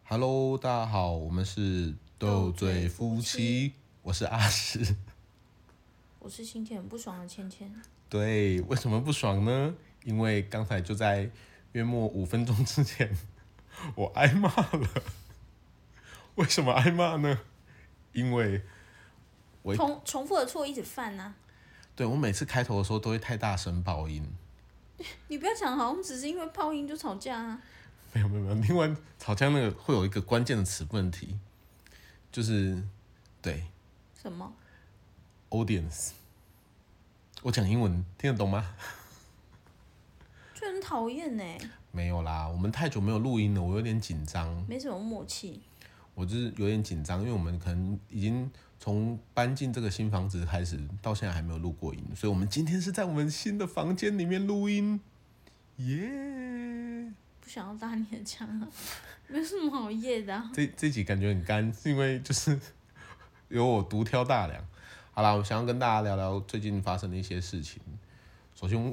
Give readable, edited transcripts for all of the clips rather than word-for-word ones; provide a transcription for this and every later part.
Hello，大家好，我们是斗嘴夫妻，我是阿石。 我是心情很不爽的芊芊。 对，为什么不爽呢？因为刚才就在约莫5分钟之前，我挨骂了。为什么挨骂呢？因为重复的错一直犯啊！ 对我每次开头的时候都会太大声爆音。 你不要讲好像只是因为爆音就吵架啊！ 没有，另外吵架那个会有一个关键的词不能提，就是对什么 audience。我讲英文听得懂吗？ 就很讨厌呢。 没有啦，我们太久没有录音了，我有点紧张。 没什么默契。 我就是有点紧张，因为我们可能已经从搬进这个新房子开始，到现在还没有录过音，所以我们今天是在我们新的房间里面录音，耶！ 不想要拉你的枪啊，没什么好耶的啊。 这集感觉很干，是因为就是由我独挑大梁。好啦，我想要跟大家聊聊最近发生的一些事情。首先，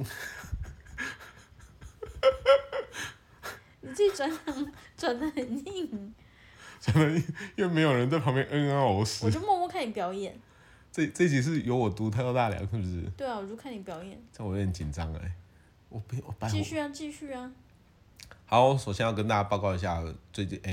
你自己转得很硬， 真的因为没有人在旁边哦我就默默看你表演。 这集是由我独挑大梁，是不是？ 对啊，我就看你表演。 这样我有点紧张哎，我继续啊，继续啊。 好，首先要跟大家报告一下，最近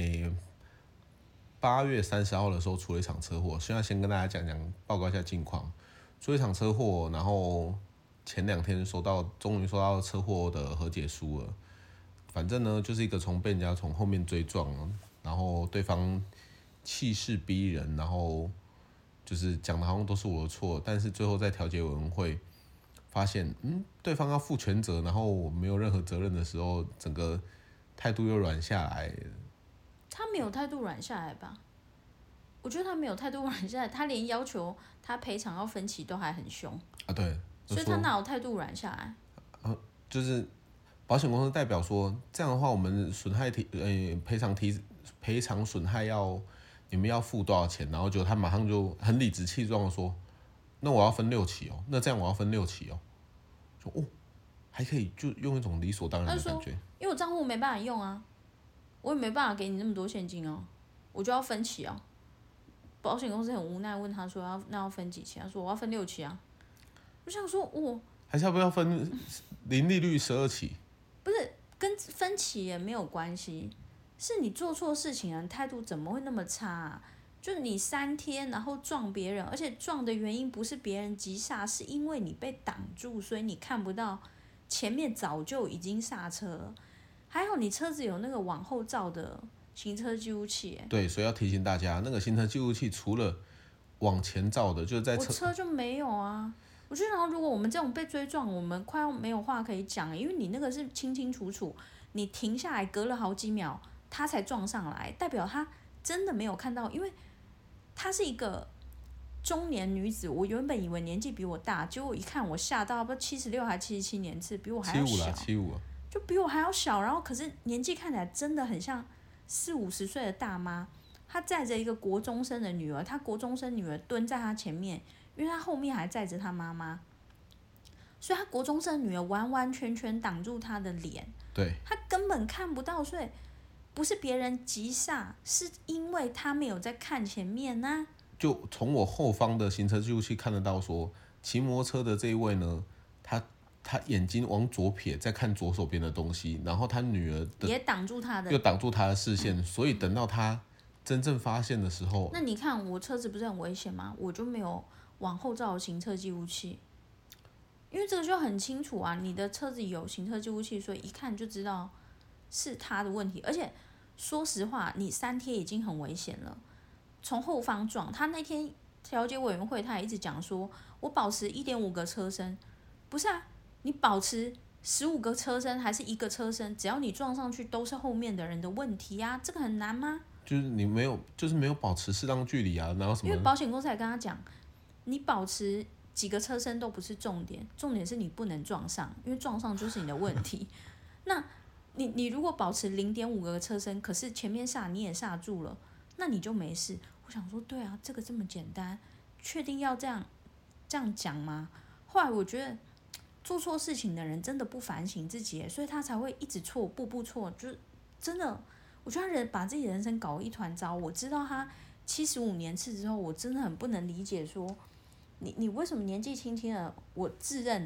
8月30号的时候出了一场车祸，现在先跟大家讲报告一下近况。出了一场车祸，然后前2天终于收到车祸的和解书了。反正呢，就是一个被人家从后面追撞，然后对方气势逼人，然后就是讲的好像都是我的错，但是最后在调解委员会发现，对方要负全责，然后我没有任何责任的时候，整个态度又软下来。 他没有态度软下来吧？我觉得他没有态度软下来，他连要求他赔偿要分期都还很凶啊。对， 所以他哪有态度软下来？ 就是保险公司代表说，这样的话，我们赔偿损害你们要付多少钱？然后他马上就很理直气壮的说，那我要分6期哦，那这样我要分6期哦，还可以就用一种理所当然的感觉。 因为我账户没办法用啊，我也没办法给你那么多现金哦，我就要分期啊。保险公司很无奈问他说那要分几期？他说我要分6期啊。我想说还是要不要分零利率12期？ 不是跟分期也没有关系，是你做错事情了，态度怎么会那么差啊？就你3天然后撞别人，而且撞的原因不是别人急刹，是因为你被挡住，所以你看不到前面早就已经刹车了。还好你车子有那个往后照的行车记录器。 对，所以要提醒大家，那个行车记录器除了往前照的，就是在我车就没有啊。我就想，如果我们这种被追撞，我们快要没有话可以讲，因为你那个是清清楚楚，你停下来隔了好几秒，他才撞上来，代表他真的没有看到，因为她是一个中年女子，我原本以为年纪比我大，结果一看我吓到，不76还77年次，比我还要小 75了， 就比我还要小，然后可是年纪看起来真的很像40-50岁的大妈。她载着一个国中生的女儿，她国中生女儿蹲在她前面，因为她后面还载着她妈妈，所以她国中生的女儿完完全全挡住她的脸， 对， 她根本看不到，所以不是别人急刹，是因为她没有在看前面啊。 就从我后方的行车记录器看得到说，骑摩托车的这一位呢，他眼睛往左撇，在看左手边的东西，然后他女儿也挡住他的， 又挡住他的视线，所以等到他真正发现的时候， 那你看我车子不是很危险吗？我就没有往后照行车记录器，因为这个就很清楚啊，你的车子有行车记录器，所以一看就知道是他的问题。而且说实话，你3天已经很危险了，从后方撞他。那天调解委员会他也一直讲说，我保持1.5个车身，不是啊，你保持15个车身还是1个车身，只要你撞上去都是后面的人的问题啊，这个很难吗？ 就是你没有保持适当距离啊，然后什么？ 因为保险公司还跟他讲，你保持几个车身都不是重点，重点是你不能撞上，因为撞上就是你的问题。那你如果保持0.5个车身，可是前面刹你也刹住了，那你就没事。我想说，对啊，这个这么简单，确定要这样讲吗？后来我觉得做错事情的人真的不反省自己，所以他才会一直错，步步错，就是真的。 我觉得他把自己的人生搞一团糟。我知道他75年次之后，我真的很不能理解说，你为什么年纪轻轻的？我自认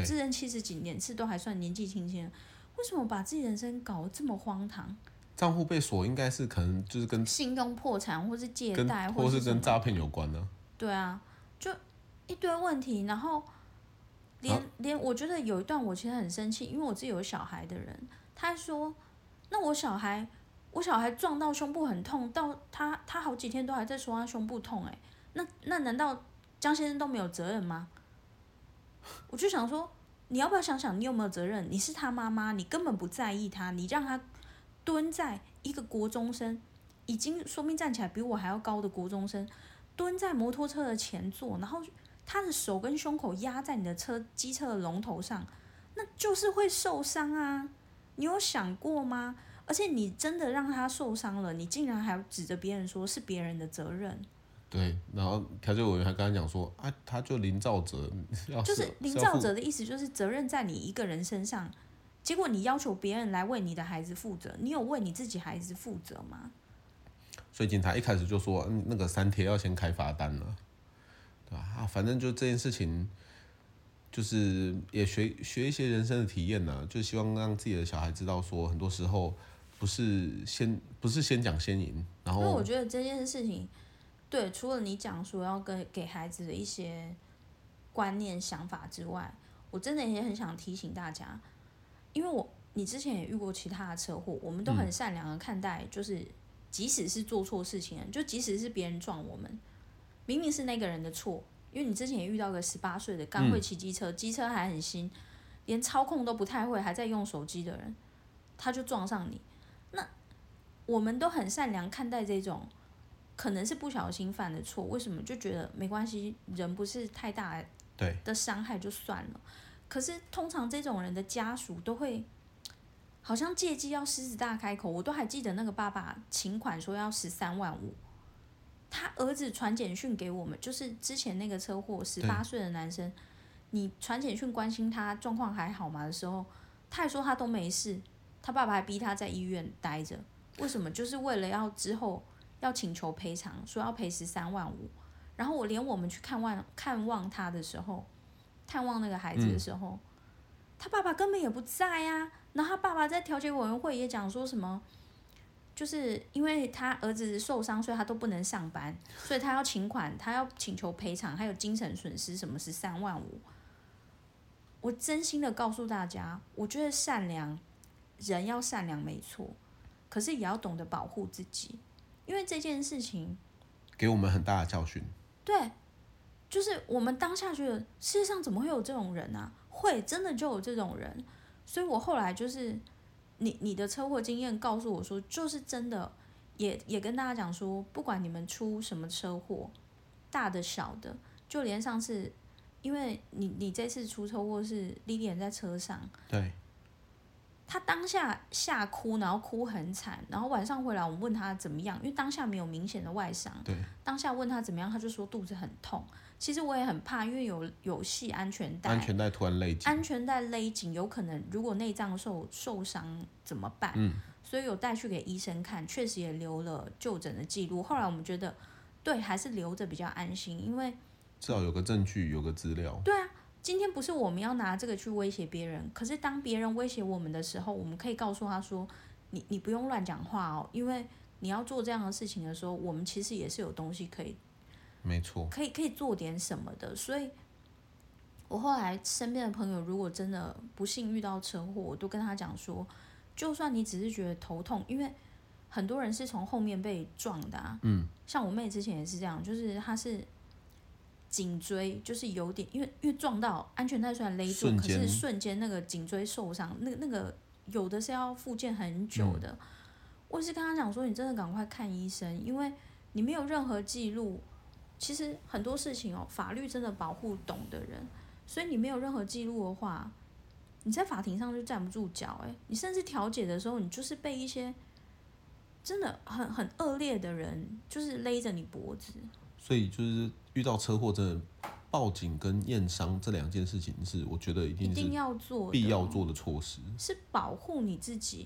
70几年次都还算年纪轻轻的，为什么把自己人生搞得这么荒唐？ 账户被锁应该是可能就是跟信用破产，或是借贷， 或是是跟诈骗有关呢、 对啊，就一堆问题，然后连我觉得有一段我其实很生气，因为我自己有小孩的人，他还说，那我小孩撞到胸部很痛，到他好几天都还在说他胸部痛，那难道江先生都没有责任吗？我就想说，你要不要想想你有没有责任？你是他妈妈，你根本不在意他，你让他蹲在一个国中生，已经说明站起来比我还要高的国中生，蹲在摩托车的前座，然后他的手跟胸口压在你的机车的龙头上，那就是会受伤啊！你有想过吗？而且你真的让他受伤了，你竟然还指着别人说是别人的责任。 对，然后调解委员还跟他讲说，啊，他就零造责， 就是零造责的意思，就是责任在你一个人身上。结果你要求别人来为你的孩子负责，你有为你自己孩子负责吗？ 所以警察一开始就说，那个3贴要先开罚单了，对吧？啊，反正就这件事情，就是也学一些人生的体验呢，就希望让自己的小孩知道说，很多时候不是先讲先赢，然后因为我觉得这件事情，对，除了你讲说要给孩子的一些观念想法之外，我真的也很想提醒大家，因为你之前也遇过其他的车祸，我们都很善良的看待，就是即使是做错事情，就即使是别人撞我们，明明是那个人的错，因为你之前也遇到个18岁的刚会骑机车，机车还很新，连操控都不太会，还在用手机的人，他就撞上你，那我们都很善良看待这种可能是不小心犯的错，为什么就觉得没关系，人不是太大的伤害就算了。可是通常这种人的家属都会好像借机要狮子大开口，我都还记得那个爸爸请款说要13.5万，他儿子传简讯给我们，就是之前那个车祸18岁的男生，你传简讯关心他状况还好吗的时候，他还说他都没事，他爸爸还逼他在医院待着，为什么？就是为了要之后要请求赔偿，说要赔13.5万，然后我们去看望他的时候，探望那个孩子的时候，他爸爸根本也不在啊。然后他爸爸在调解委员会也讲说什么，就是因为他儿子受伤，所以他都不能上班，所以他要请款，他要请求赔偿，还有精神损失什么13.5万。我真心的告诉大家，我觉得人要善良没错，可是也要懂得保护自己，因为这件事情给我们很大的教训。 对，就是我们当下觉得世界上怎么会有这种人啊？真的就有这种人，所以我后来就是你的车祸经验告诉我说，就是真的，也跟大家讲说，不管你们出什么车祸，大的小的，就连上次，因为你这次出车祸是Lilian在车上， 对， 他当下吓哭，然后哭很惨，然后晚上回来我们问他怎么样，因为当下没有明显的外伤， 对， 当下问他怎么样，他就说肚子很痛。其实我也很怕，因为有系安全带， 安全带突然勒紧， 安全带勒紧，有可能如果内脏受伤怎么办？所以有带去给医生看，确实也留了就诊的记录。后来我们觉得，对，还是留着比较安心，因为至少有个证据，有个资料。 对啊，今天不是我们要拿这个去威胁别人，可是当别人威胁我们的时候，我们可以告诉他说，你不用乱讲话哦，因为你要做这样的事情的时候，我们其实也是有东西可以。 没错， 可以做点什么的，所以我后来身边的朋友如果真的不幸遇到车祸，我都跟他讲说，就算你只是觉得头痛，因为很多人是从后面被撞的啊，像我妹之前也是这样，就是她是颈椎就是有点，因为撞到安全带虽然勒住，可是瞬间那个颈椎受伤，那个有的是要复健很久的，我是跟他讲说，你真的赶快看医生，因为你没有任何记录。其实很多事情法律真的保护懂的人，所以你没有任何记录的话，你在法庭上就站不住脚。你甚至调解的时候，你就是被一些真的很恶劣的人，就是勒着你脖子。 所以就是遇到车祸，真的报警跟验伤这2件事情是我觉得一定要做必要做的措施， 是保护你自己，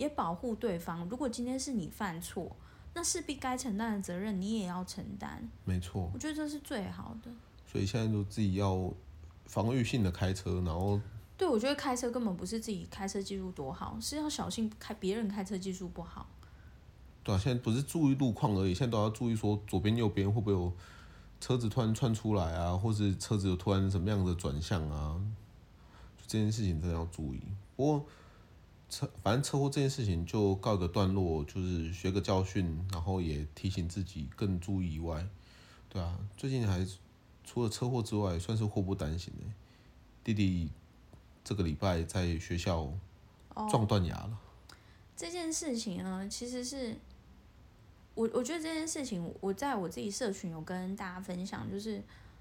也保护对方。如果今天是你犯错，那势必该承担的责任你也要承担。 没错， 我觉得这是最好的。 所以现在就自己要防御性的开车，然后对，我觉得开车根本不是自己开车技术多好，是要小心别人开车技术不好。 对啊，现在不是注意路况而已，现在都要注意说左边右边会不会有车子突然窜出来啊，或是车子有突然什么样的转向啊，这件事情真的要注意。不过反正车祸这件事情就告一个段落，就是学个教训，然后也提醒自己更注意以外，对啊，最近还除了车祸之外，算是祸不单行的。弟弟这个礼拜在学校撞断牙了。 这件事情呢，其实是我觉得这件事情，我在我自己社群有跟大家分享，就是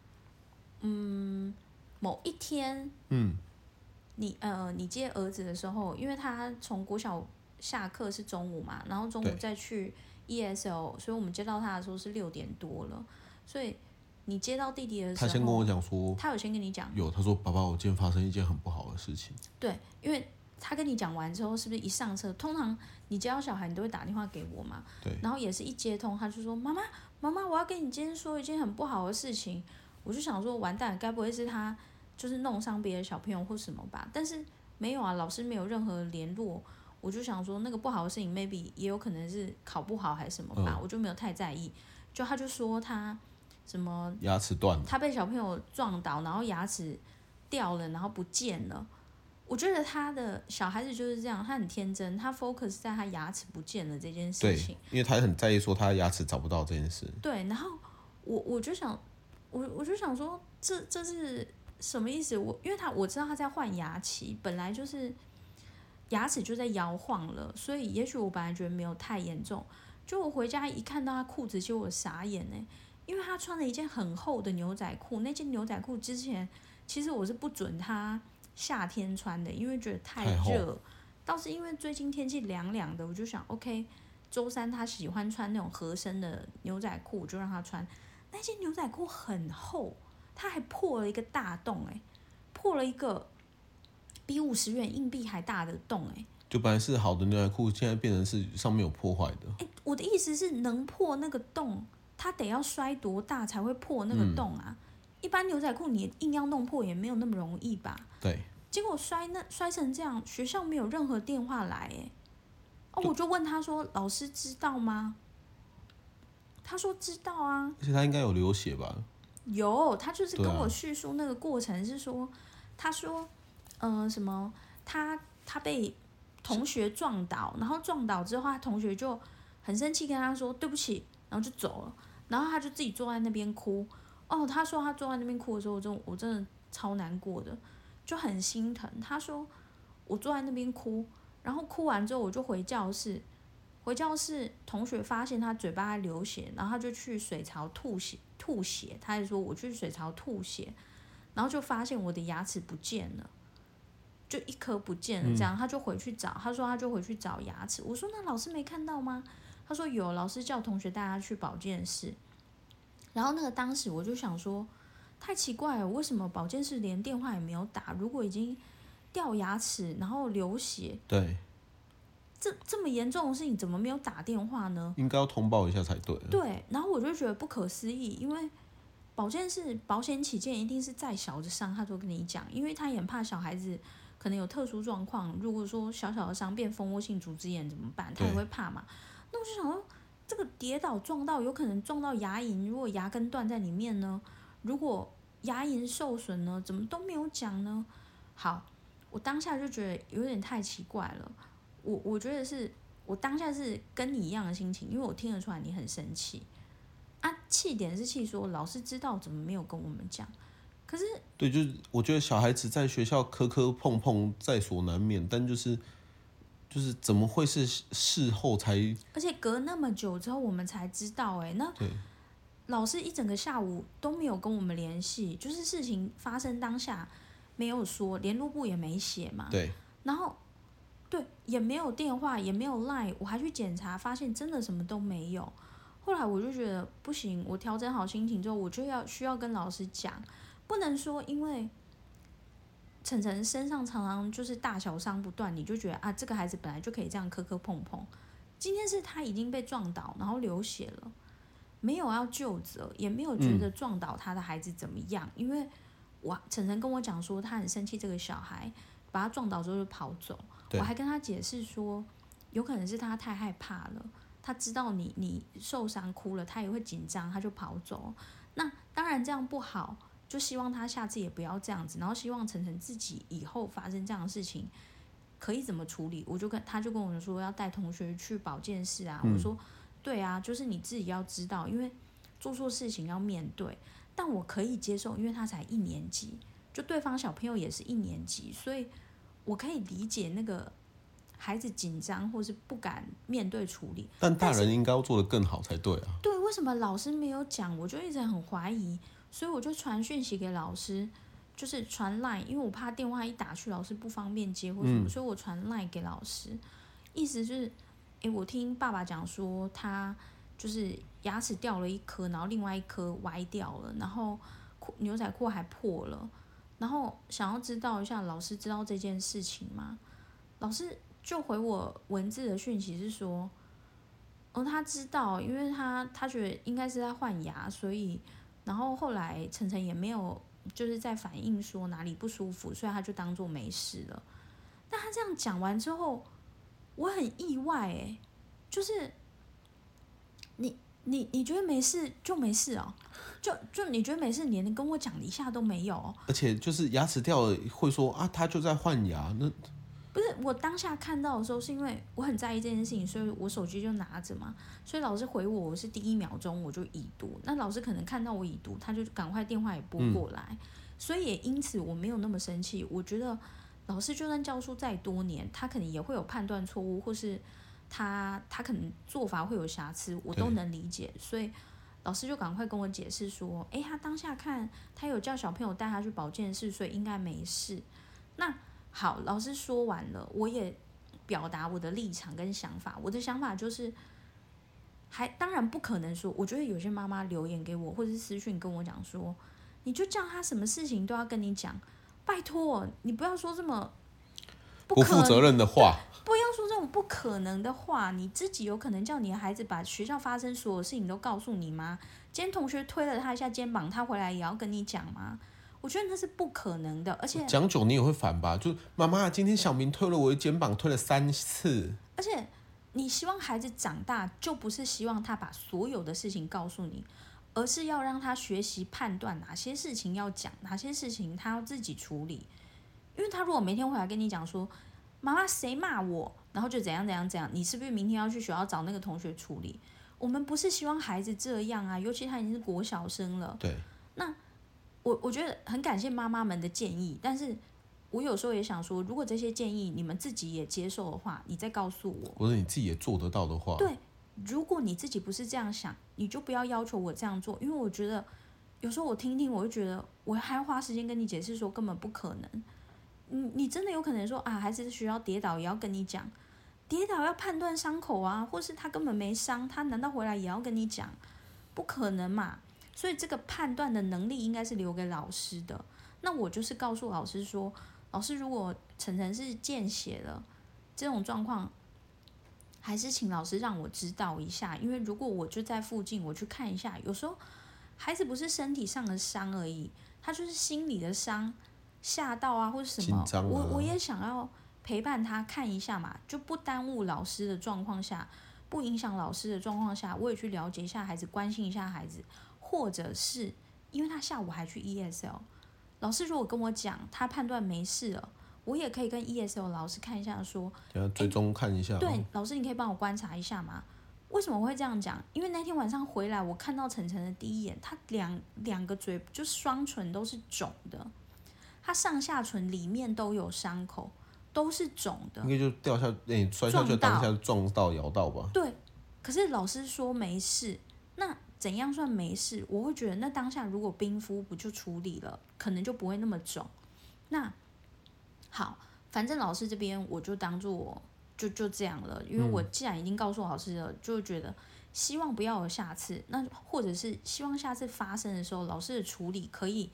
某一天，你接儿子的时候，因为他从国小下课是中午嘛，然后中午再去 ESL， 所以我们接到他的时候是6点多了，所以你接到弟弟的时候， 他先跟我讲说， 他有先跟你讲， 有，他说爸爸，我今天发生一件很不好的事情。 对，因为他跟你讲完之后，是不是一上车，通常你接到小孩，你都会打电话给我嘛？ 对。 然后也是一接通，他就说妈妈，我要跟你今天说一件很不好的事情。我就想说完蛋，该不会是他就是弄伤别的小朋友或什么吧？但是没有啊，老师没有任何联络。我就想说那个不好的事情 ，maybe 也有可能是考不好还是什么吧，我就没有太在意。他就说他什么牙齿断了， 他被小朋友撞倒，然后牙齿掉了，然后不见了。我觉得他的小孩子就是这样，他很天真，他 focus 在他牙齿不见了这件事情。 对，因为他很在意说他牙齿找不到这件事。 对，然后我就想，我就想说，这是什么意思？因为我知道他在换牙期，本来就是牙齿就在摇晃了，所以也许我本来觉得没有太严重，就我回家一看到他裤子，就我傻眼呢，因为他穿了一件很厚的牛仔裤，那件牛仔裤之前其实我是不准他夏天穿的，因为觉得太热。倒是因为最近天气凉凉的，我就想 OK， 周三他喜欢穿那种合身的牛仔裤，我就让他穿。那件牛仔裤很厚，他还破了一个大洞，破了一个比50元硬币还大的洞， 就本来是好的牛仔裤，现在变成是上面有破坏的。 我的意思是，能破那个洞，他得要摔多大才会破那个洞啊？一般牛仔裤你硬要弄破也没有那么容易吧？ 对。 结果摔成这样，学校没有任何电话来，我就问他说：“老师知道吗？”他说知道啊。 而且他应该有流血吧？ 有，他就是跟我叙述那个过程是说，他说，什么，他被同学撞倒，然后撞倒之后，他同学就很生气跟他说对不起，然后就走了，然后他就自己坐在那边哭。他说他坐在那边哭的时候，我真的超难过的，就很心疼。他说我坐在那边哭，然后哭完之后我就回教室，同学发现他嘴巴在流血，然后他就去水槽吐血，他还说我去水槽吐血，然后就发现我的牙齿不见了，就一颗不见了，这样他就回去找，他说他就回去找牙齿。我说那老师没看到吗？他说有，老师叫同学带他去保健室。然后当时我就想说，太奇怪了，为什么保健室连电话也没有打？如果已经掉牙齿，然后流血， 对， 这么严重的事情，怎么没有打电话呢？ 应该要通报一下才对。 对，然后我就觉得不可思议，因为保健室保险起见，一定是再小的伤他都跟你讲，因为他也很怕小孩子可能有特殊状况，如果说小小的伤变蜂窝性组织炎怎么办？他也会怕嘛。那我就想说，这个跌倒撞到有可能撞到牙龈，如果牙根断在里面呢？如果牙龈受损呢？怎么都没有讲呢？好，我当下就觉得有点太奇怪了。我觉得是我当下是跟你一样的心情，因为我听得出来你很生气啊。气点是气说老师知道怎么没有跟我们讲，可是对，就是我觉得小孩子在学校磕磕碰碰在所难免，但就是怎么会是事后才？ 而且隔那么久之后我们才知道，那老师一整个下午都没有跟我们联系，就是事情发生当下没有说，联络簿也没写嘛。 对。 然后对，也没有电话，也没有 LINE， 我还去检查，发现真的什么都没有。后来我就觉得不行，我调整好心情之后，我就需要跟老师讲，不能说因为晨晨身上常常就是大小伤不断，你就觉得啊，这个孩子本来就可以这样磕磕碰碰。今天是他已经被撞倒，然后流血了，没有要究责，也没有觉得撞倒他的孩子怎么样，因为晨晨跟我讲说，他很生气这个小孩把他撞倒之后就跑走，我还跟他解释说，有可能是他太害怕了，他知道你受伤哭了，他也会紧张，他就跑走。那当然这样不好。就希望他下次也不要这样子，然后希望晨晨自己以后发生这样的事情可以怎么处理。他就跟我说要带同学去保健室啊，我说对啊，就是你自己要知道，因为做错事情要面对。但我可以接受，因为他才1年级，就对方小朋友也是1年级，所以我可以理解那个孩子紧张或是不敢面对处理。 但大人应该要做得更好才对啊。 对，为什么老师没有讲？我就一直很怀疑。所以我就传讯息给老师，就是传 LINE， 因为我怕电话一打去老师不方便接或什么，所以我传 LINE 给老师，意思就是，我听爸爸讲说他就是牙齿掉了1颗，然后另外1颗歪掉了，然后牛仔裤还破了，然后想要知道一下老师知道这件事情吗？老师就回我文字的讯息是说，他知道，因为他觉得应该是在换牙，所以。然后后来晨晨也没有就是在反映说哪里不舒服，所以他就当作没事了。但他这样讲完之后，我很意外就是你觉得没事就没事哦，就你觉得没事，你连跟我讲一下都没有哦。 而且就是牙齿掉了会说啊，他就在换牙那。 不是我当下看到的时候，是因为我很在意这件事情，所以我手机就拿着嘛。所以老师回我是第1秒钟我就已读，那老师可能看到我已读，他就赶快电话也拨过来，所以也因此我没有那么生气。我觉得老师就算教书再多年，他可能也会有判断错误，或是他可能做法会有瑕疵，我都能理解。所以老师就赶快跟我解释说，他当下看他有叫小朋友带他去保健室，所以应该没事。那好，老师说完了，我也表达我的立场跟想法。我的想法就是，当然不可能说，我觉得有些妈妈留言给我，或者是私讯跟我讲说，你就叫他什么事情都要跟你讲，拜托你不要说这么不负责任的话， 不要说这种不可能的话。你自己有可能叫你的孩子把学校发生所有事情都告诉你吗？今天同学推了他一下肩膀，他回来也要跟你讲吗？我觉得那是不可能的，而且讲久你也会烦吧？就妈妈，今天小明推了我的肩膀，推了3次。 而且你希望孩子长大，就不是希望他把所有的事情告诉你，而是要让他学习判断哪些事情要讲，哪些事情他要自己处理。因为他如果每天回来跟你讲说，妈妈谁骂我，然后就怎样怎样怎样，你是不是明天要去学校找那个同学处理？我们不是希望孩子这样啊，尤其他已经是国小生了。 对， 那我觉得很感谢妈妈们的建议，但是我有时候也想说，如果这些建议你们自己也接受的话，你再告诉我， 或者你自己也做得到的话， 对，如果你自己不是这样想，你就不要要求我这样做，因为我觉得有时候我听听，我就觉得我还要花时间跟你解释说根本不可能。你真的有可能说啊，孩子在学校跌倒也要跟你讲，跌倒要判断伤口啊，或是他根本没伤，他难道回来也要跟你讲？不可能嘛。所以这个判断的能力应该是留给老师的。那我就是告诉老师说，老师如果晨晨是见血了，这种状况还是请老师让我知道一下，因为如果我就在附近我去看一下，有时候孩子不是身体上的伤而已，他就是心理的伤，吓到啊或者什么，我也想要陪伴他看一下嘛，就不耽误老师的状况下，不影响老师的状况下，我也去了解一下孩子，关心一下孩子。或者是因为他下午还去 ESL， 老师如果跟我讲他判断没事了，我也可以跟 ESL 老师看一下说， 追踪看一下。 对，老师你可以帮我观察一下吗？为什么我会这样讲？因为那天晚上回来，我看到晨晨的第一眼，他两个嘴就双唇都是肿的，他上下唇里面都有伤口，都是肿的。 应该就掉下，摔下去当下撞到咬到吧？ 对，可是老师说没事，那怎样算没事？我会觉得那当下如果冰敷不就处理了，可能就不会那么肿。那好，反正老师这边我就当做就这样了，因为我既然已经告诉老师了，就觉得希望不要有下次，那或者是希望下次发生的时候，老师的处理可以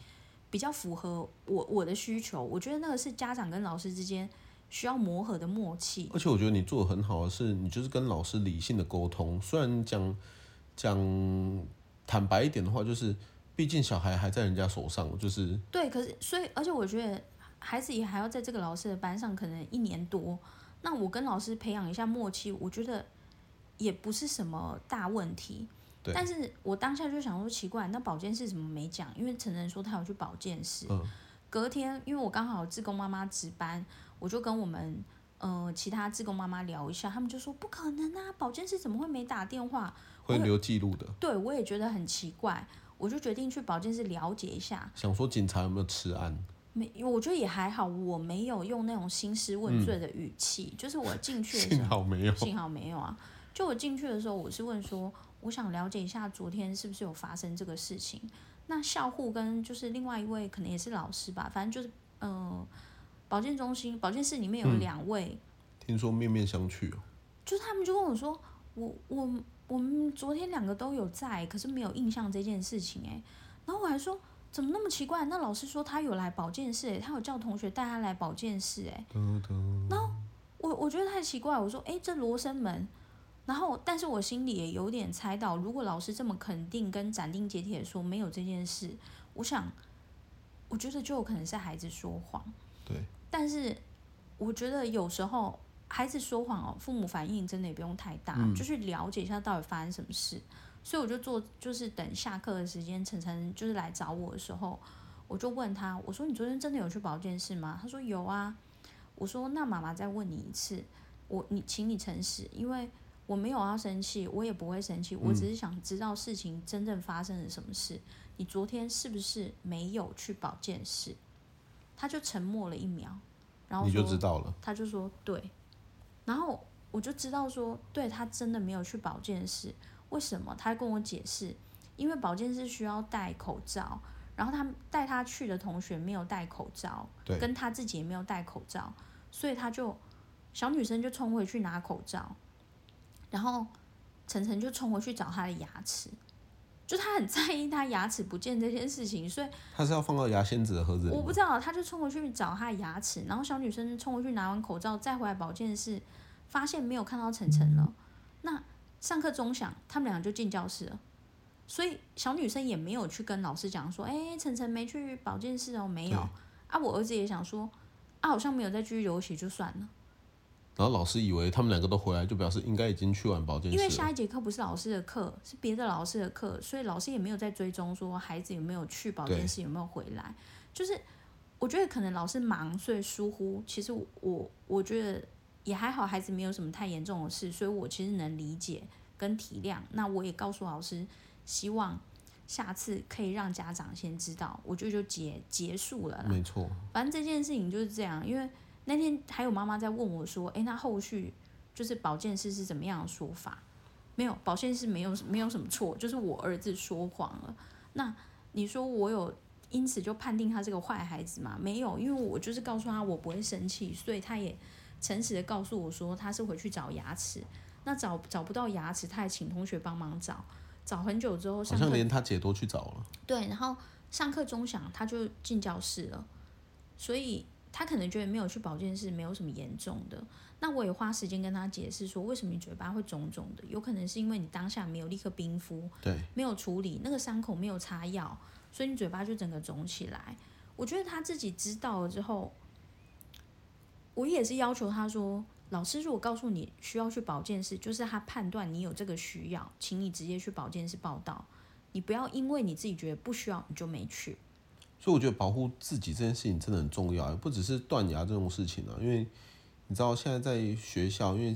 比较符合我的需求。我觉得那个是家长跟老师之间需要磨合的默契。 而且我觉得你做的很好的是，你就是跟老师理性的沟通。虽然讲坦白一点的话，就是毕竟小孩还在人家手上，就是对，可是所以而且我觉得孩子也还要在这个老师的班上可能1年多，那我跟老师培养一下默契，我觉得也不是什么大问题。但是我当下就想说奇怪，那保健室怎么没讲？因为成人说他有去保健室。隔天因为我刚好志工妈妈值班，我就跟我们其他志工妈妈聊一下，他们就说不可能啊，保健室怎么会没打电话？ 会留记录的。 对，我也觉得很奇怪，我就决定去保健室了解一下。 想说警察有没有吃案？ 没，我觉得也还好，我没有用那种兴师问罪的语气，就是我进去的时候， 幸好没有， 幸好没有啊。就我进去的时候，我是问说，我想了解一下昨天是不是有发生这个事情。那校护跟就是另外一位可能也是老师吧，反正就是保健中心保健室里面有2位， 听说面面相觑哦。 就是他们就跟我说，我们昨天2个都有在，可是没有印象这件事情哎。然后我还说怎么那么奇怪？那老师说他有来保健室，他有叫同学带他来保健室哎。然后我觉得太奇怪，我说这罗生门。然后但是我心里也有点猜到，如果老师这么肯定跟斩钉截铁说没有这件事，我觉得就有可能是孩子说谎。 对。 但是我觉得有时候孩子说谎父母反应真的也不用太大，就去了解一下到底发生什么事。所以我就就是等下课的时间，晨晨就是来找我的时候，我就问他，我说你昨天真的有去保健室吗？他说有啊。我说那妈妈再问你一次，请你诚实，因为我没有要生气，我也不会生气，我只是想知道事情真正发生了什么事。你昨天是不是没有去保健室？他就沉默了1秒，然后你就知道了。 他就说对，然后我就知道说，对，他真的没有去保健室。为什么？他跟我解释，因为保健室需要戴口罩，然后他带他去的同学没有戴口罩，跟他自己也没有戴口罩，所以小女生就冲回去拿口罩，然后晨晨就冲回去找他的牙齿，就他很在意他牙齿不见这件事情，所以他是要放到牙仙子的盒子里吗？ 我不知道，他就冲回去找他的牙齿，然后小女生冲回去拿完口罩，再回来保健室，发现没有看到晨晨了。那上课钟响，他们俩就进教室了，所以小女生也没有去跟老师讲说，晨晨没去保健室哦，没有啊。我儿子也想说，好像没有再继续流血就算了。 然后老师以为他们2个都回来，就表示应该已经去完保健室了。 因为下一节课不是老师的课，是别的老师的课，所以老师也没有在追踪说孩子有没有去保健室，有没有回来。就是我觉得可能老师忙，所以疏忽。其实我觉得也还好，孩子没有什么太严重的事，所以我其实能理解跟体谅。那我也告诉老师，希望下次可以让家长先知道，我觉得就结束了啦。 没错， 反正这件事情就是这样。因为那天还有妈妈在问我说，那后续就是保健室是怎么样的说法？没有，保健室没有什么错，就是我儿子说谎了。那你说我有因此就判定他是个坏孩子吗？没有，因为我就是告诉他我不会生气，所以他也诚实的告诉我说他是回去找牙齿。那找不到牙齿，他还请同学帮忙找很久之后， 好像连他姐都去找了。 对，然后上课钟响他就进教室了，所以他可能觉得没有去保健室没有什么严重的。那我也花时间跟他解释说，为什么你嘴巴会肿肿的，有可能是因为你当下没有立刻冰敷， 对， 没有处理那个伤口，没有擦药，所以你嘴巴就整个肿起来。我觉得他自己知道了之后，我也是要求他说，老师如果告诉你需要去保健室，就是他判断你有这个需要，请你直接去保健室报到，你不要因为你自己觉得不需要你就没去。 所以我觉得保护自己这件事情真的很重要，不只是断牙这种事情啊。因为你知道现在在学校，因为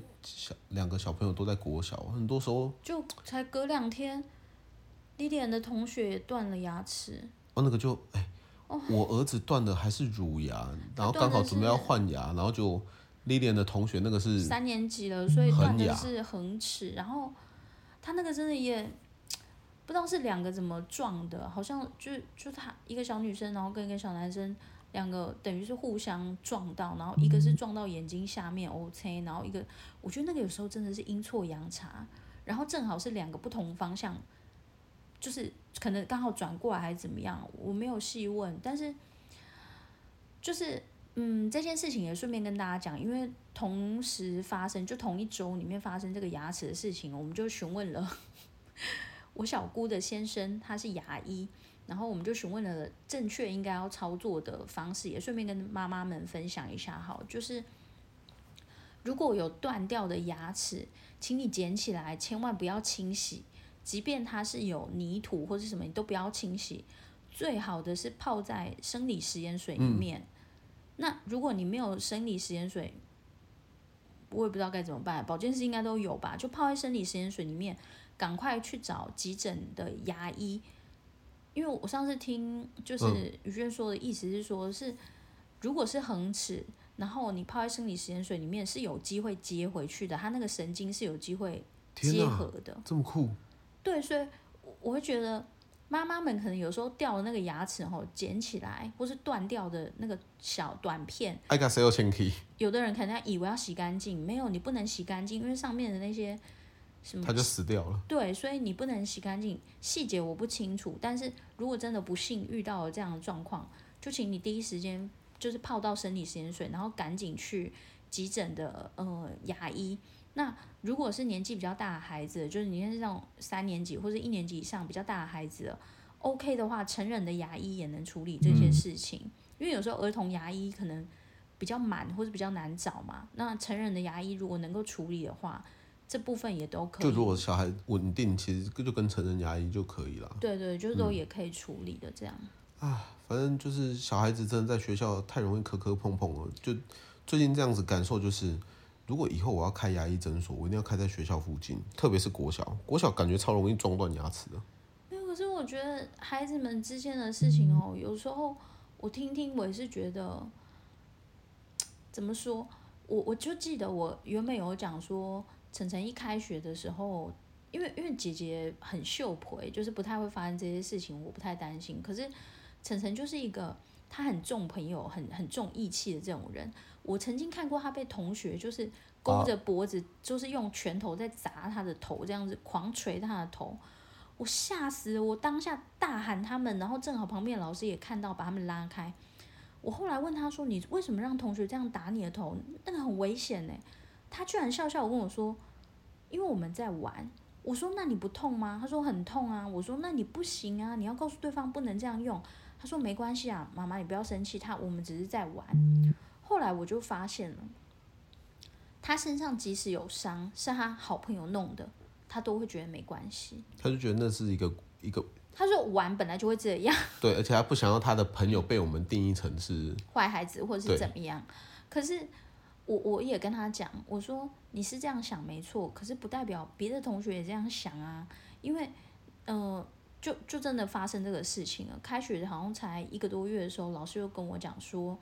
2个小朋友都在国小，很多时候就才隔2天，Lilian 的同学也断了牙齿。 那个就我儿子断的还是乳牙，然后刚好准备要换牙，然后就 Lilian 的同学那个是 3年级了，所以断的是恒齿，然后他那个真的也不知道是2个怎么撞的，好像就他一个小女生，然后跟一个小男生，2个等于是互相撞到，然后一个是撞到眼睛下面 OK， 然后一个我觉得那个有时候真的是阴错阳差，然后正好是2个不同方向就是可能刚好转过来还是怎么样，我没有细问，但是就是这件事情也顺便跟大家讲，因为同时发生，就同一周里面发生这个牙齿的事情，我们就询问了我小姑的先生，他是牙医，然后我们就询问了正确应该要操作的方式，也顺便跟妈妈们分享一下好，就是如果有断掉的牙齿，请你捡起来，千万不要清洗，即便它是有泥土或是什么，你都不要清洗。最好的是泡在生理食盐水里面。那如果你没有生理食盐水，我也不知道该怎么办。保健室应该都有吧？就泡在生理食盐水里面，赶快去找急诊的牙医。因为我上次听就是宇轩说的意思是说，是如果是恒齿，然后你泡在生理食盐水里面是有机会接回去的，它那个神经是有机会结合的。 这么酷？ 对，所以我会觉得妈妈们可能有时候掉的那个牙齿捡起来，或是断掉的那个小短片，有的人可能以为要洗干净，没有，你不能洗干净，因为上面的那些什么它就死掉了。 对，所以你不能洗干净。细节我不清楚，但是如果真的不幸遇到了这样的状况，就请你第一时间就是泡到生理食盐水，然后赶紧去急诊的牙医。那如果是年纪比较大的孩子，就是你看这种3年级或者1年级以上比较大的孩子 OK 的话，成人的牙医也能处理这些事情。因为有时候儿童牙医可能比较满或者比较难找嘛，那成人的牙医如果能够处理的话，这部分也都可以。 就如果小孩稳定，其实就跟成人牙医就可以了。 对对，就是都也可以处理的这样。 反正就是小孩子真的在学校太容易磕磕碰碰了。就最近这样子感受就是，如果以后我要开牙医诊所，我一定要开在学校附近，特别是国小。国小感觉超容易撞断牙齿的。 没有，可是我觉得孩子们之间的事情有时候我听听，我也是觉得，怎么说？我就记得我原本有讲说，晨晨一开学的时候，因为姐姐很秀婆，就是不太会发生这些事情，我不太担心。可是晨晨就是一个他很重朋友、很重义气的这种人。我曾经看过他被同学就是勾着脖子，就是用拳头在砸他的头，这样子狂捶他的头。我吓死了，我当下大喊他们，然后正好旁边的老师也看到，把他们拉开。我后来问他说：“你为什么让同学这样打你的头？那个很危险呢。”他居然笑笑跟我说：“因为我们在玩。”我说：“那你不痛吗？”他说：“很痛啊。”我说：“那你不行啊，你要告诉对方不能这样用。”他说：“没关系啊，妈妈你不要生气，我们只是在玩。”后来我就发现了，他身上即使有伤是他好朋友弄的，他都会觉得没关系。 他就觉得那是一个。 他说玩本来就会这样。 对，而且他不想要他的朋友被我们定义成是坏孩子或者是怎么样。可是我也跟他讲，我说你是这样想没错，可是不代表别的同学也这样想啊。因为就真的发生这个事情了。开学好像才1个多月的时候，老师又跟我讲说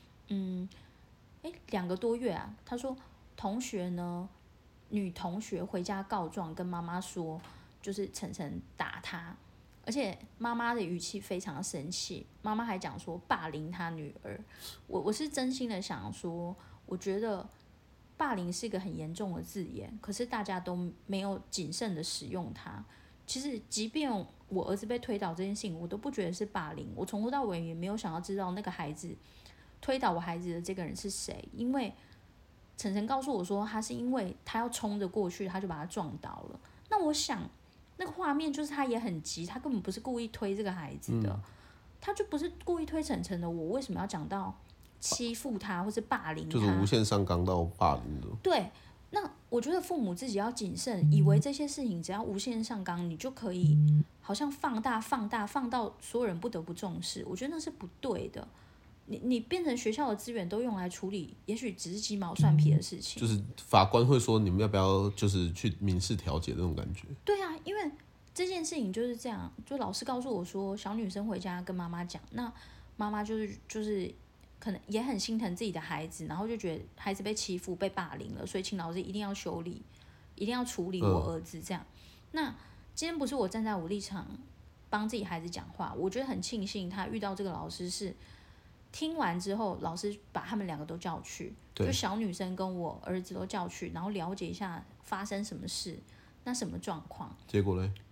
2个多月啊，他说同学呢，女同学回家告状跟妈妈说，就是晨晨打她，而且妈妈的语气非常生气，妈妈还讲说霸凌她女儿。我是真心的想说，我觉得霸凌是一个很严重的字眼，可是大家都没有谨慎的使用它。其实即便我儿子被推倒这件事情，我都不觉得是霸凌，我从头到尾也没有想要知道那个孩子推倒我孩子的这个人是谁，因为晨晨告诉我说，他是因为他要冲着过去，他就把他撞倒了。那我想，那个画面就是他也很急，他根本不是故意推这个孩子的，他就不是故意推晨晨的。我为什么要讲到欺负他或是霸凌他？ 就是无限上纲到霸凌的。 对，那我觉得父母自己要谨慎，以为这些事情只要无限上纲，你就可以好像放大、放到所有人不得不重视。我觉得那是不对的。你变成学校的资源都用来处理，也许只是鸡毛蒜皮的事情。 就是法官会说你们要不要就是去民事调解那种感觉。 对啊，因为这件事情就是这样，就老师告诉我说，小女生回家跟妈妈讲，那妈妈就是可能也很心疼自己的孩子，然后就觉得孩子被欺负、被霸凌了，所以请老师一定要修理，一定要处理我儿子这样。那今天不是我站在我立场帮自己孩子讲话，我觉得很庆幸他遇到这个老师是。听完之后，老师把他们2个都叫去，就小女生跟我儿子都叫去，然后了解一下发生什么事，那什么状况。 结果嘞？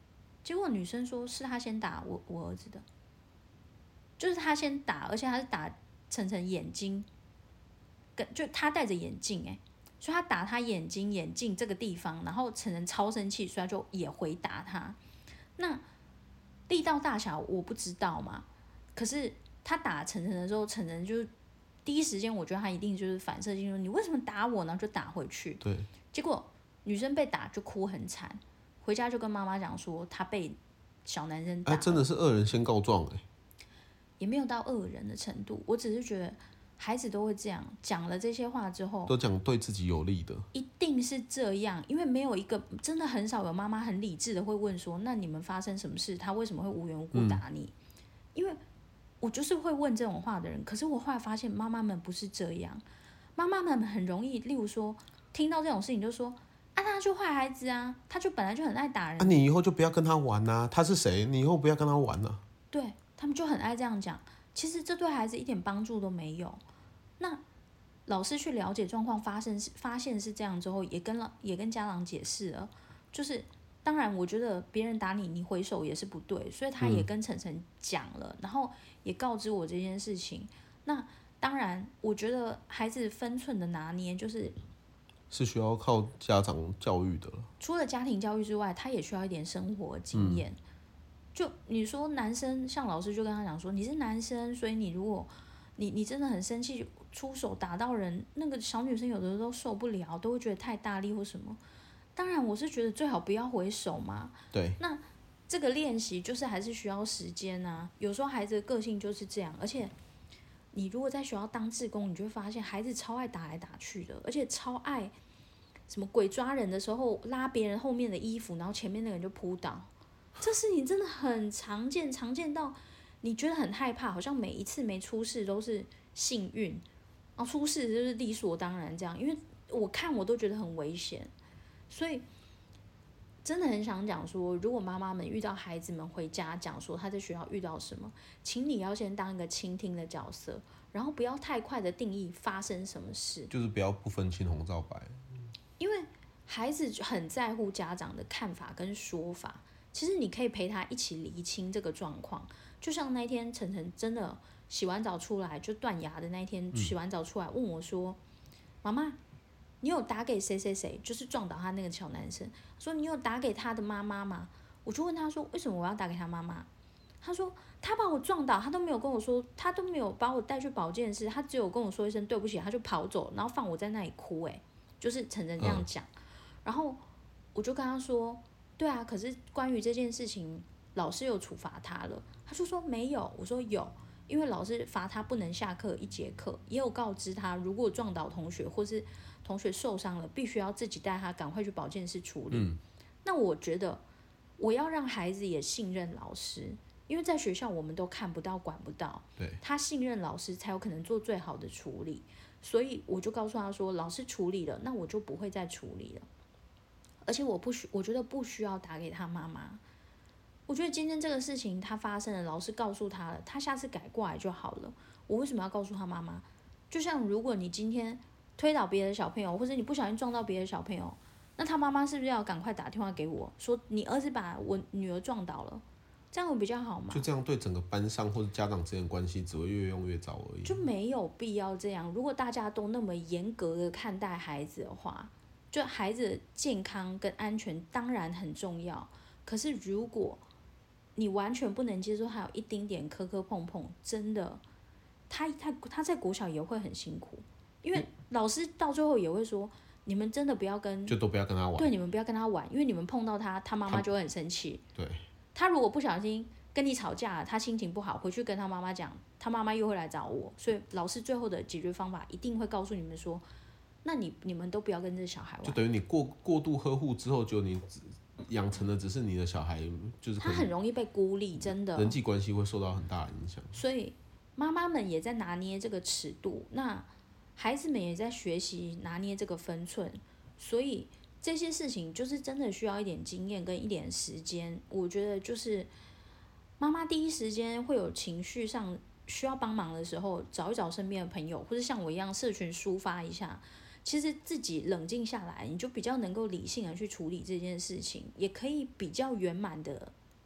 结果女生说是他先打我儿子的，就是他先打，而且他是打晨晨眼睛，就他戴着眼镜所以他打他眼镜这个地方，然后晨晨超生气，所以他就也回打他。那力道大小我不知道嘛，可是他打晨晨的时候，晨晨就第一时间我觉得他一定就是反射性说你为什么打我呢，就打回去。 对， 结果女生被打就哭很惨，回家就跟妈妈讲说她被小男生打。 真的是恶人先告状也没有到恶人的程度，我只是觉得孩子都会这样，讲了这些话之后， 都讲对自己有利的， 一定是这样，因为没有一个真的很少有妈妈很理智的会问说，那你们发生什么事，他为什么会无缘无故打你？因为我就是会问这种话的人，可是我后来发现妈妈们不是这样，妈妈们很容易，例如说听到这种事情就说他就坏孩子啊，他就本来就很爱打人， 你以后就不要跟他玩啊，他是谁？你以后不要跟他玩啊。 对，他们就很爱这样讲，其实这对孩子一点帮助都没有。那老师去了解状况，发现是这样之后，也跟家长解释了，就是当然我觉得别人打你，你回手也是不对，所以他也跟晨晨讲了，然后也告知我这件事情。那当然，我觉得孩子分寸的拿捏是需要靠家长教育的了。 除了家庭教育之外，他也需要一点生活经验。就你说男生，像老师就跟他讲说，你是男生，所以你如果你真的很生气，出手打到人，那个小女生有的都受不了，都会觉得太大力或什么。当然，我是觉得最好不要回手嘛。 对。 那这个练习就是还是需要时间啊。有时候孩子的个性就是这样，而且你如果在学校当志工，你就会发现孩子超爱打来打去的，而且超爱什么鬼抓人的时候拉别人后面的衣服，然后前面那个人就扑倒。这事情真的很常见，常见到你觉得很害怕，好像每一次没出事都是幸运，然后出事就是理所当然这样。因为我看我都觉得很危险，所以真的很想讲说，如果妈妈们遇到孩子们回家讲说他在学校遇到什么，请你要先当一个倾听的角色，然后不要太快的定义发生什么事， 就是不要不分青红皂白， 因为孩子很在乎家长的看法跟说法。其实你可以陪他一起厘清这个状况，就像那天晨晨真的洗完澡出来就断牙的那一天，洗完澡出来问我说：“妈妈，你有打给谁谁谁？就是撞倒他那个小男生，说你有打给他的妈妈吗？”我就问他说：“为什么我要打给他妈妈？”他说：“他把我撞倒，他都没有跟我说，他都没有把我带去保健室，他只有跟我说一声对不起，他就跑走，然后放我在那里哭。”就是晨晨这样讲，然后我就跟他说。对啊，可是关于这件事情，老师有处罚他了。他就说没有，我说有，因为老师罚他不能下课1节课，也有告知他，如果撞倒同学或是同学受伤了，必须要自己带他赶快去保健室处理。那我觉得我要让孩子也信任老师，因为在学校我们都看不到管不到，他信任老师才有可能做最好的处理。所以我就告诉他说，老师处理了，那我就不会再处理了。而且我觉得不需要打给他妈妈。我觉得今天这个事情他发生了，老师告诉他了，他下次改过来就好了。我为什么要告诉他妈妈？就像如果你今天推倒别的小朋友，或者你不小心撞到别的小朋友，那他妈妈是不是要赶快打电话给我说，你儿子把我女儿撞倒了？这样会比较好吗？ 就这样对整个班上或者家长之间的关系只会越用越糟而已。 就没有必要这样。如果大家都那么严格的看待孩子的话，就孩子的健康跟安全当然很重要，可是如果你完全不能接受他有一丁点磕磕碰碰，真的，他在国小也会很辛苦，因为老师到最后也会说，你们真的不要就都不要跟他玩， 对，你们不要跟他玩，因为你们碰到他，他妈妈就会很生气。 对， 他如果不小心跟你吵架了，他心情不好，回去跟他妈妈讲，他妈妈又会来找我，所以老师最后的解决方法一定会告诉你们说。那你们都不要跟这小孩玩， 就等于你过度呵护之后，就你养成的只是你的小孩，就是他很容易被孤立，真的， 人际关系会受到很大的影响。 所以妈妈们也在拿捏这个尺度，那孩子们也在学习拿捏这个分寸，所以这些事情就是真的需要一点经验跟一点时间。我觉得就是妈妈第一时间会有情绪上需要帮忙的时候，找一找身边的朋友，或者像我一样社群抒发一下。其实自己冷静下来，你就比较能够理性的去处理这件事情，也可以比较圆满的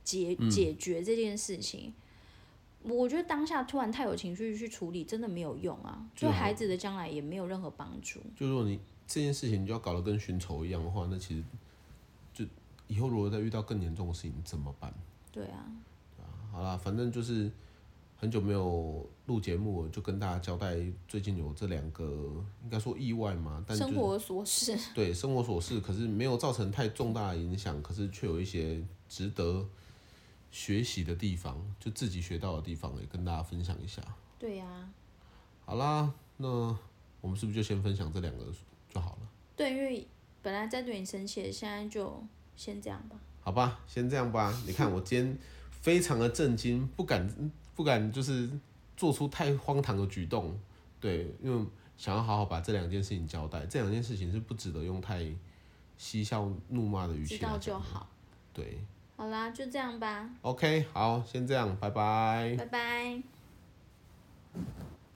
解决这件事情。我觉得当下突然太有情绪去处理，真的没有用啊，对孩子的将来也没有任何帮助。 就如果你这件事情就要搞得跟寻仇一样的话，那其实就以后如果再遇到更严重的事情怎么办？ 对啊。 好啦，反正就是很久没有录节目了，就跟大家交代最近有这2个，应该说意外嘛，但生活琐事。 对生活琐事，可是没有造成太重大的影响，可是却有一些值得学习的地方，就自己学到的地方，也跟大家分享一下。 对呀。 好啦，那我们是不是就先分享这2个就好了？ 对，因为本来在对你生气，现在就先这样吧。 好吧，先这样吧。你看我今天非常的震惊，不敢就是做出太荒唐的举动，对，因为想要好好把这2件事情交代，这2件事情是不值得用太嬉笑怒骂的语气来讲的。 知道就好。 对。 好啦，就这样吧。 OK， 好，先这样，拜拜。 拜拜。